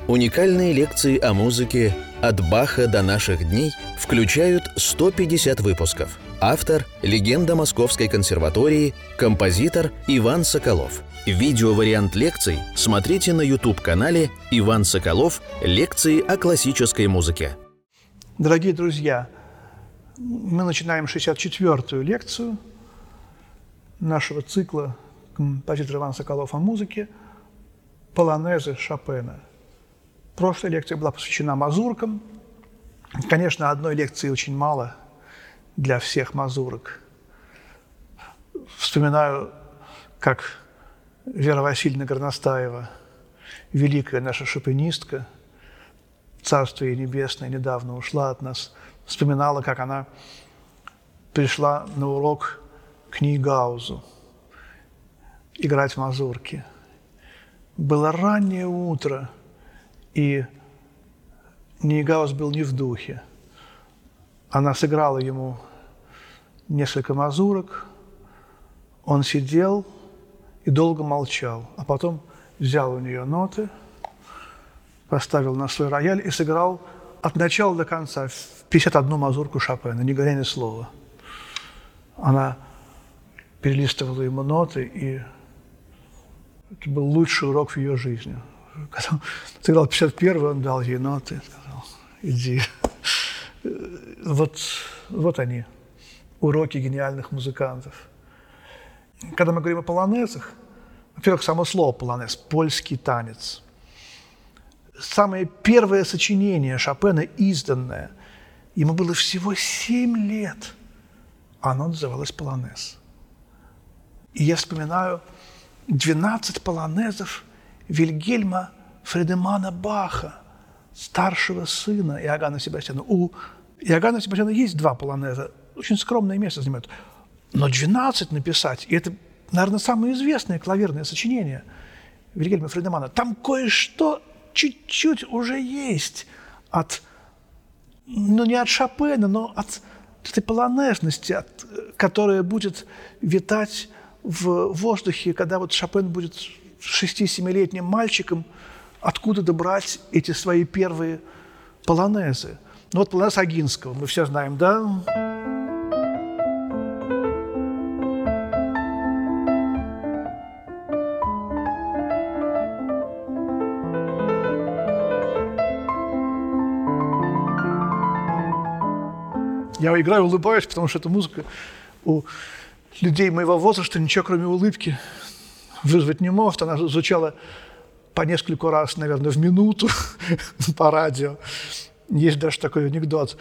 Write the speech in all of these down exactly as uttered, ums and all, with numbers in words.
Уникальные лекции о музыке «От Баха до наших дней» включают сто пятьдесят выпусков. Автор – легенда Московской консерватории, композитор Иван Соколов. Видеовариант лекций смотрите на YouTube-канале «Иван Соколов. Лекции о классической музыке». Дорогие друзья, мы начинаем шестьдесят четвёртую лекцию нашего цикла композитора Иван Соколов о музыке «Полонезы Шопена». Прошлая лекция была посвящена мазуркам. Конечно, одной лекции очень мало для всех мазурок. Вспоминаю, как Вера Васильевна Горностаева, великая наша шопенистка, царство ей небесное, недавно ушла от нас, вспоминала, как она пришла на урок к Нейгаузу играть мазурки. Было раннее утро, и Нейгауз был не в духе. Она сыграла ему несколько мазурок, он сидел и долго молчал, а потом взял у нее ноты, поставил на свой рояль и сыграл от начала до конца в пятьдесят одну мазурку Шопена, не говоря ни слова. Она перелистывала ему ноты, и это был лучший урок в ее жизни. Когда он сыграл пятьдесят первую, он дал ей ноты, сказал: иди. Вот, вот они, уроки гениальных музыкантов. Когда мы говорим о полонезах, во-первых, само слово полонез – польский танец. Самое первое сочинение Шопена, изданное, ему было всего семь лет, оно называлось «Полонез». И я вспоминаю двенадцать полонезов Вильгельма Фридемана Баха, старшего сына Иоганна Себастьяна. У Иоганна Себастьяна есть два полонеза, очень скромное место занимают. Но двенадцать написать, и это, наверное, самое известное клавирное сочинение Вильгельма Фридемана, там кое-что чуть-чуть уже есть от, ну, не от Шопена, но от этой полонезности, от, которая будет витать в воздухе, когда вот Шопен будет шести-семилетним мальчиком, откуда-то брать эти свои первые полонезы. Ну вот полонез Огинского, мы все знаем, да? Я играю, улыбаюсь, потому что эта музыка у людей моего возраста ничего, кроме улыбки, вызвать не может. Она звучала по нескольку раз, наверное, в минуту по радио. Есть даже такой анекдот.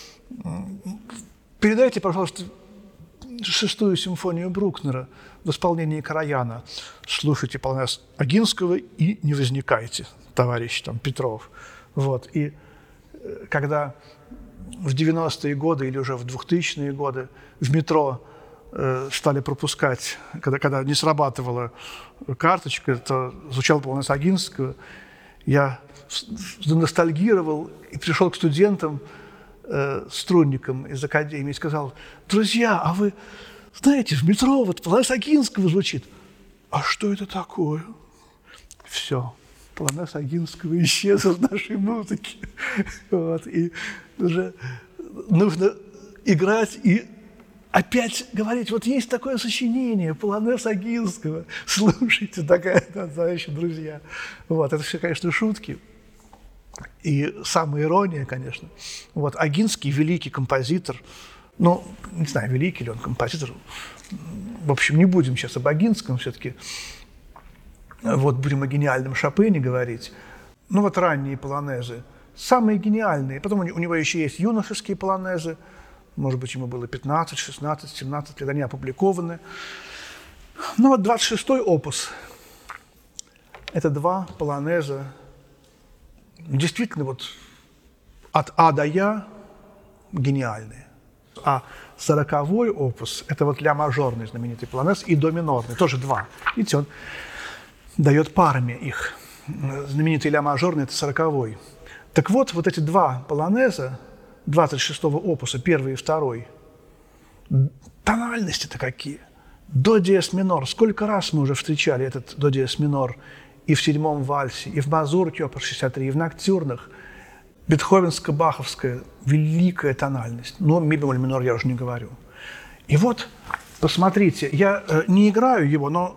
Передайте, пожалуйста, шестую симфонию Брукнера в исполнении Караяна. Слушайте полонез Огинского и не возникайте, товарищ там, Петров. Вот. И когда в девяностые годы или уже в двухтысячные годы в метро э, стали пропускать, когда, когда не срабатывала карточка, то звучал полонез Огинского. Я заностальгировал и пришел к студентам, э, струнникам из академии и сказал: друзья, а вы знаете, в метро вот полонез Огинского звучит. А что это такое? Все. Полонез Огинского исчез из нашей музыки. Вот. И уже нужно играть и опять говорить: вот есть такое сочинение, полонез Огинского. Слушайте, такая, да, товарищи, друзья. Вот. Это все, конечно, шутки. И самая ирония, конечно. Вот. Огинский – великий композитор. Ну, не знаю, великий ли он композитор. В общем, не будем сейчас об Огинском все-таки. Вот будем о гениальном Шопене говорить. Ну вот ранние полонезы, самые гениальные. Потом у него еще есть юношеские полонезы. Может быть, ему было пятнадцать, шестнадцать, семнадцать, когда они опубликованы. Ну вот двадцать шестой опус. Это два полонеза. Действительно, вот от А до Я гениальные. А сороковой опус – это вот ля-мажорный знаменитый полонез и до-минорный, тоже два. Видите, он дает парами их. Знаменитый ля-мажорный – это сороковой. Так вот, вот эти два полонеза двадцать шестого опуса, первый и второй, тональности-то какие. До диез минор. Сколько раз мы уже встречали этот до диез минор и в седьмом вальсе, и в мазурке опус шестьдесят три, и в ноктюрнах. Бетховенско-баховская великая тональность. Но ми бемоль минор я уже не говорю. И вот, посмотрите, я э, не играю его, но...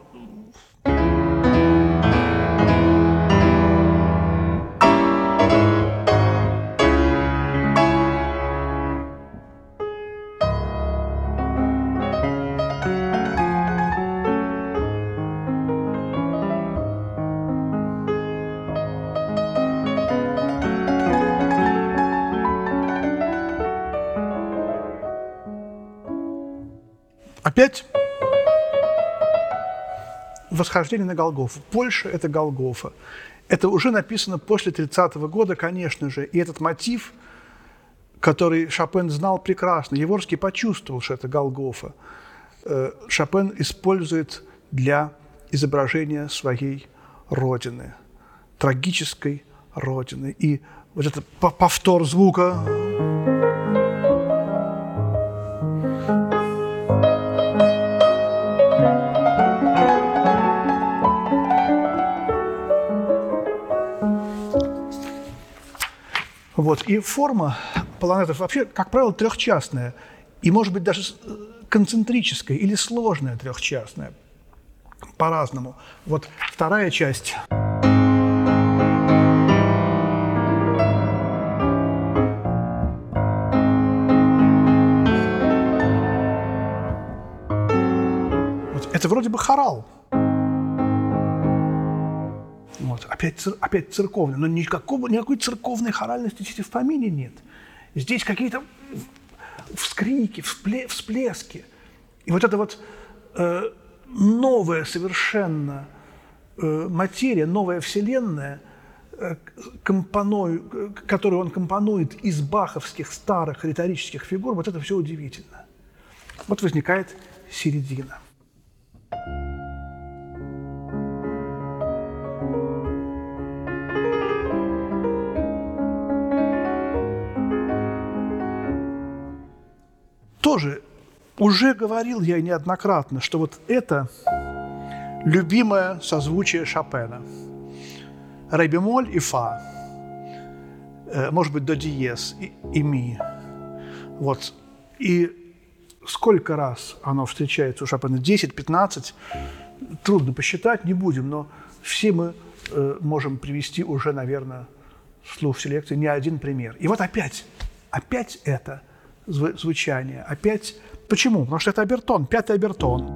Опять восхождение на Голгофу. Польша – это Голгофа. Это уже написано после тридцатого года, конечно же. И этот мотив, который Шопен знал прекрасно, Яворский почувствовал, что это Голгофа, Шопен использует для изображения своей родины, трагической родины. И вот этот повтор звука… Вот. И форма полонетов вообще, как правило, трехчастная. И, может быть, даже концентрическая или сложная трехчастная. По-разному. Вот вторая часть. Вот. Это вроде бы хорал. Вот. Опять, опять церковный, но никакого, никакой церковной хоральности здесь в помине нет. Здесь какие-то вскрики, всплески. И вот эта вот э, новая совершенно э, материя, новая вселенная, э, компоную, которую он компонует из баховских старых риторических фигур, вот это все удивительно. Вот возникает середина. Тоже уже говорил я неоднократно, что вот это любимое созвучие Шопена. Ре бемоль и фа, может быть, до диез и, и ми. Вот. И сколько раз оно встречается у Шопена? десять-пятнадцать. Трудно посчитать, не будем, но все мы э, можем привести уже, наверное, вслух в селекции не один пример. И вот опять, опять это звучание. Опять. Почему? Потому что это обертон, пятый обертон.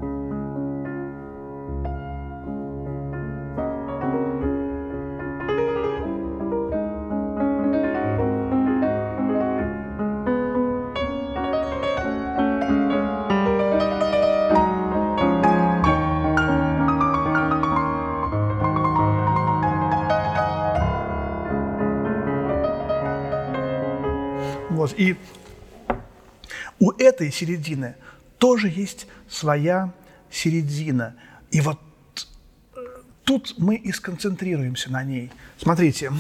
Вот. И у этой середины тоже есть своя середина. И вот тут мы и сконцентрируемся на ней. Смотрите.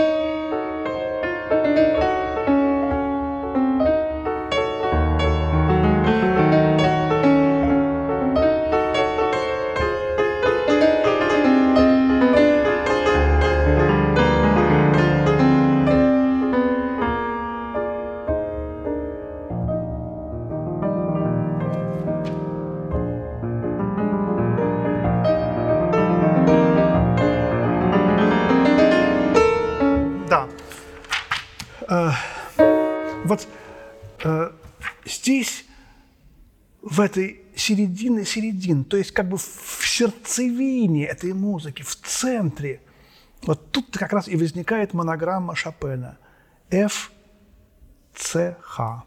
Вот э, здесь, в этой середине середин, то есть как бы в сердцевине этой музыки, в центре, вот тут как раз и возникает монограмма Шопена F C H.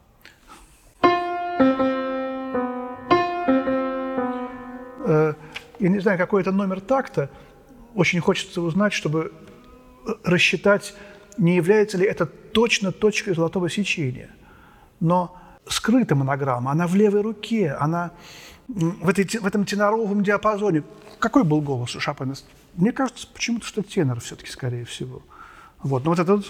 Э, я не знаю, какой это номер такта, очень хочется узнать, чтобы рассчитать, не является ли это точно точкой золотого сечения. Но скрыта монограмма, она в левой руке, она в, этой, в этом теноровом диапазоне. Какой был голос у Шопена? Мне кажется, почему-то, что тенор все-таки, скорее всего. Вот. Но вот это вот,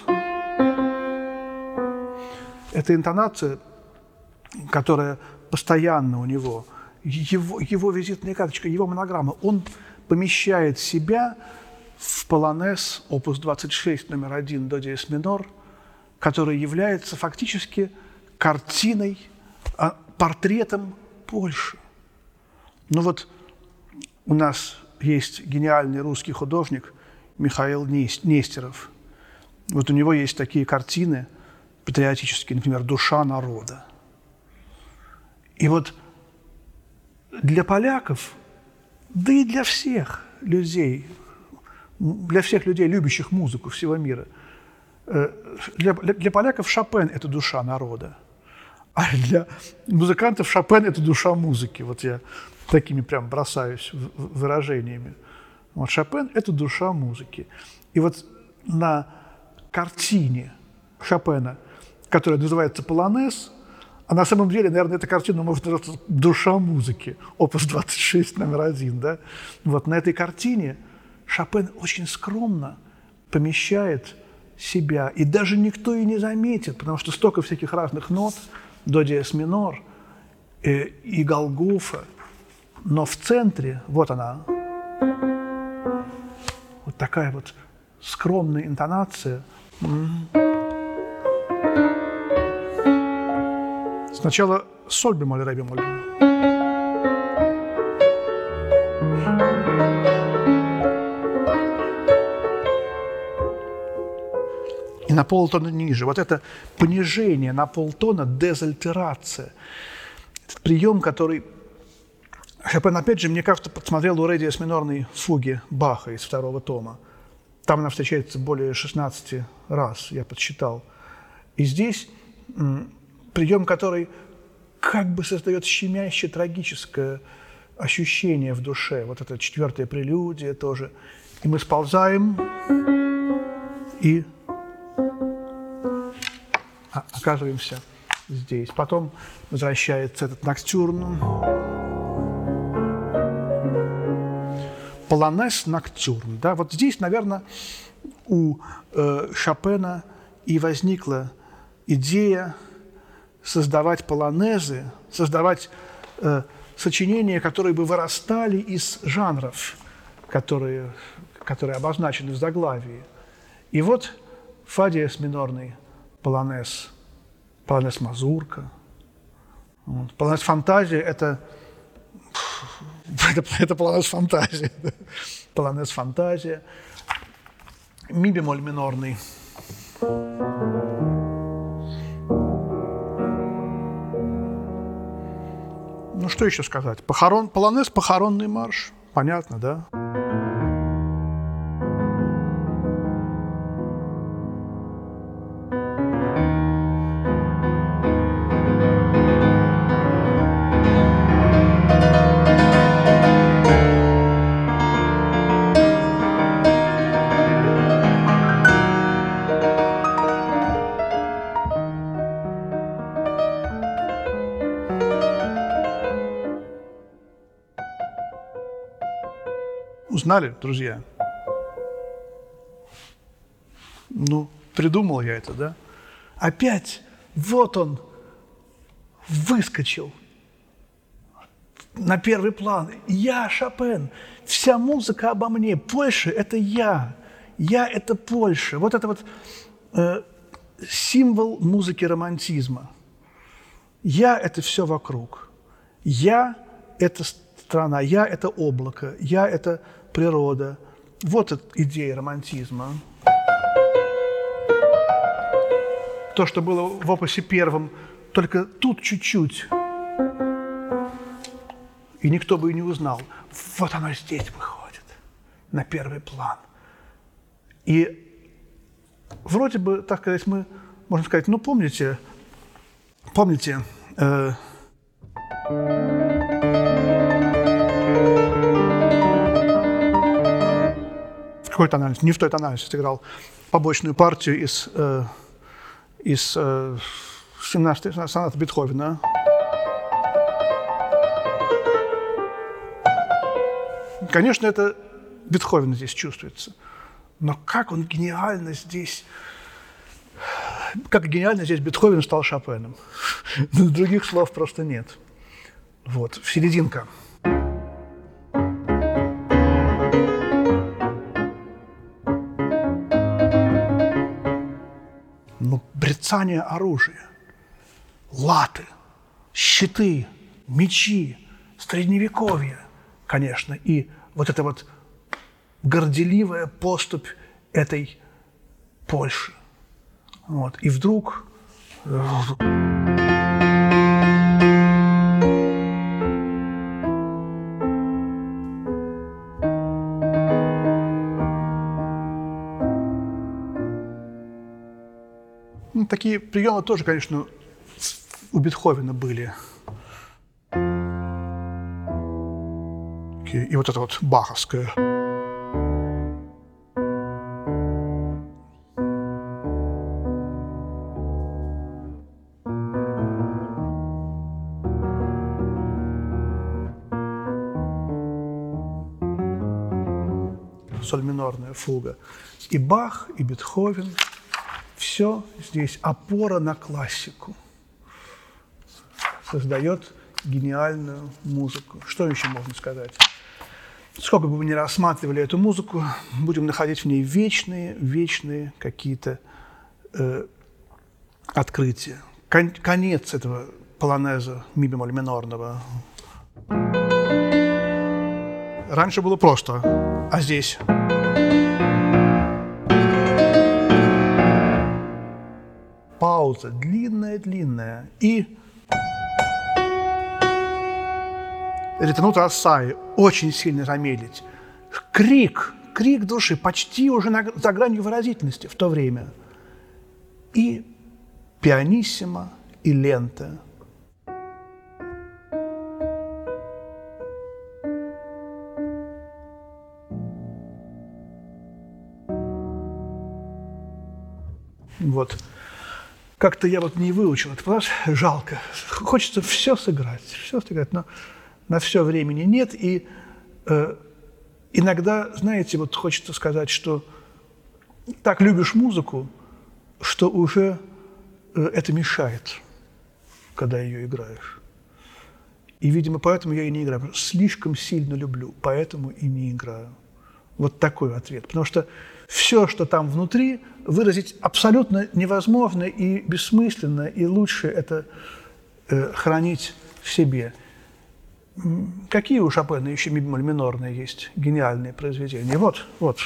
эта интонация, которая постоянно у него, его, его визитная карточка, его монограмма, он помещает себя в полонез, опус двадцать шесть, номер один, до диез минор, который является фактически картиной, портретом Польши. Ну вот у нас есть гениальный русский художник Михаил Нестеров. Вот у него есть такие картины патриотические, например, «Душа народа». И вот для поляков, да и для всех людей, для всех людей, любящих музыку всего мира, для, для поляков Шопен – это душа народа, а для музыкантов Шопен – это душа музыки. Вот я такими прям бросаюсь выражениями. Вот Шопен – это душа музыки. И вот на картине Шопена, которая называется «Полонез», а на самом деле, наверное, эта картина может называться «Душа музыки», опус двадцать шесть, номер один. Да? Вот на этой картине Шопен очень скромно помещает себя, и даже никто и не заметит, потому что столько всяких разных нот, до диез минор э, и Голгофа, но в центре, вот она, вот такая вот скромная интонация. Сначала соль бемоль, ре бемоль. И на полтона ниже. Вот это понижение на полтона, дезальтерация. Этот прием, который Шопен, опять же, мне кажется, подсмотрел у ре диез минорной фуги Баха из второго тома. Там она встречается более шестнадцати раз, я подсчитал. И здесь прием, который как бы создает щемящее, трагическое ощущение в душе. Вот это четвертая прелюдия тоже. И мы сползаем и оказываемся здесь. Потом возвращается этот ноктюрн. Полонез ноктюрн. Да? Вот здесь, наверное, у э, Шопена и возникла идея создавать полонезы, создавать э, сочинения, которые бы вырастали из жанров, которые, которые обозначены в заглавии. И вот фа диез минорный полонез, полонез мазурка. Вот. Полонез фантазия – это, это, это полонез фантазия. Полонез фантазия. Ми бемоль минорный. Ну, что еще сказать? Похорон, полонез, похоронный марш. Понятно, да? Узнали, друзья? Ну, придумал я это, да? Опять, вот он выскочил на первый план. Я Шопен, вся музыка обо мне. Польша – это я, я – это Польша. Вот это вот э, символ музыки романтизма. Я – это все вокруг. Я – это страна, я – это облако, я – это природа. Вот эта идея романтизма. То, что было в опусе первом, только тут чуть-чуть. И никто бы и не узнал. Вот оно здесь выходит, на первый план. И вроде бы, так сказать, мы, можно сказать, ну, помните, помните, э, в какой тональности, не в той тональности сыграл побочную партию из, э, из э, семнадцатой сонаты Бетховена. Конечно, это Бетховен здесь чувствуется. Но как он гениально здесь, как гениально здесь Бетховен стал Шопеном. Других слов просто нет. Вот, серединка. ну, брецание оружия, латы, щиты, мечи, средневековье, конечно, и вот эта вот горделивая поступь этой Польши. Вот. И вдруг... Ну, такие приемы тоже, конечно, у Бетховена были. И вот это вот баховское. Соль минорная фуга. И Бах, и Бетховен. Все здесь опора на классику. Создает гениальную музыку. Что еще можно сказать? Сколько бы мы ни рассматривали эту музыку, будем находить в ней вечные, вечные какие-то э, открытия. Кон- конец этого полонеза ми-бемоль минорного. Раньше было просто, а здесь... Пауза длинная-длинная и ретенуто ассаи, очень сильно замедлить. Крик, крик души, почти уже на, за гранью выразительности в то время. И пианиссимо, и лента. Вот. Как-то я вот не выучил это, потому что жалко. Хочется все сыграть, все сыграть, но на все времени нет. И э, иногда, знаете, вот хочется сказать, что так любишь музыку, что уже э, это мешает, когда ее играешь. И, видимо, поэтому я и не играю. Слишком сильно люблю, поэтому и не играю. Вот такой ответ. Потому что все, что там внутри, выразить абсолютно невозможно и бессмысленно, и лучше это э, хранить в себе. Какие у Шопена еще ми-бемоль минорные есть гениальные произведения? Вот, вот.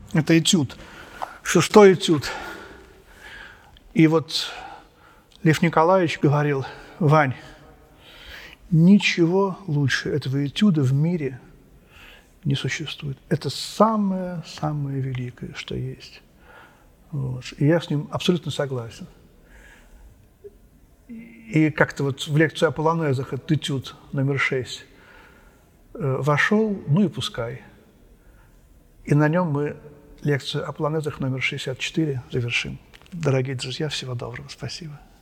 Это этюд, шестой этюд. И вот Лев Николаевич говорил: Вань, ничего лучше этого этюда в мире не существует. Это самое-самое великое, что есть. Вот. И я с ним абсолютно согласен. И как-то вот в лекцию о полонезах этот этюд номер шесть вошел, ну и пускай. И на нем мы лекцию о полонезах номер шестьдесят четыре завершим. Дорогие друзья, всего доброго. Спасибо.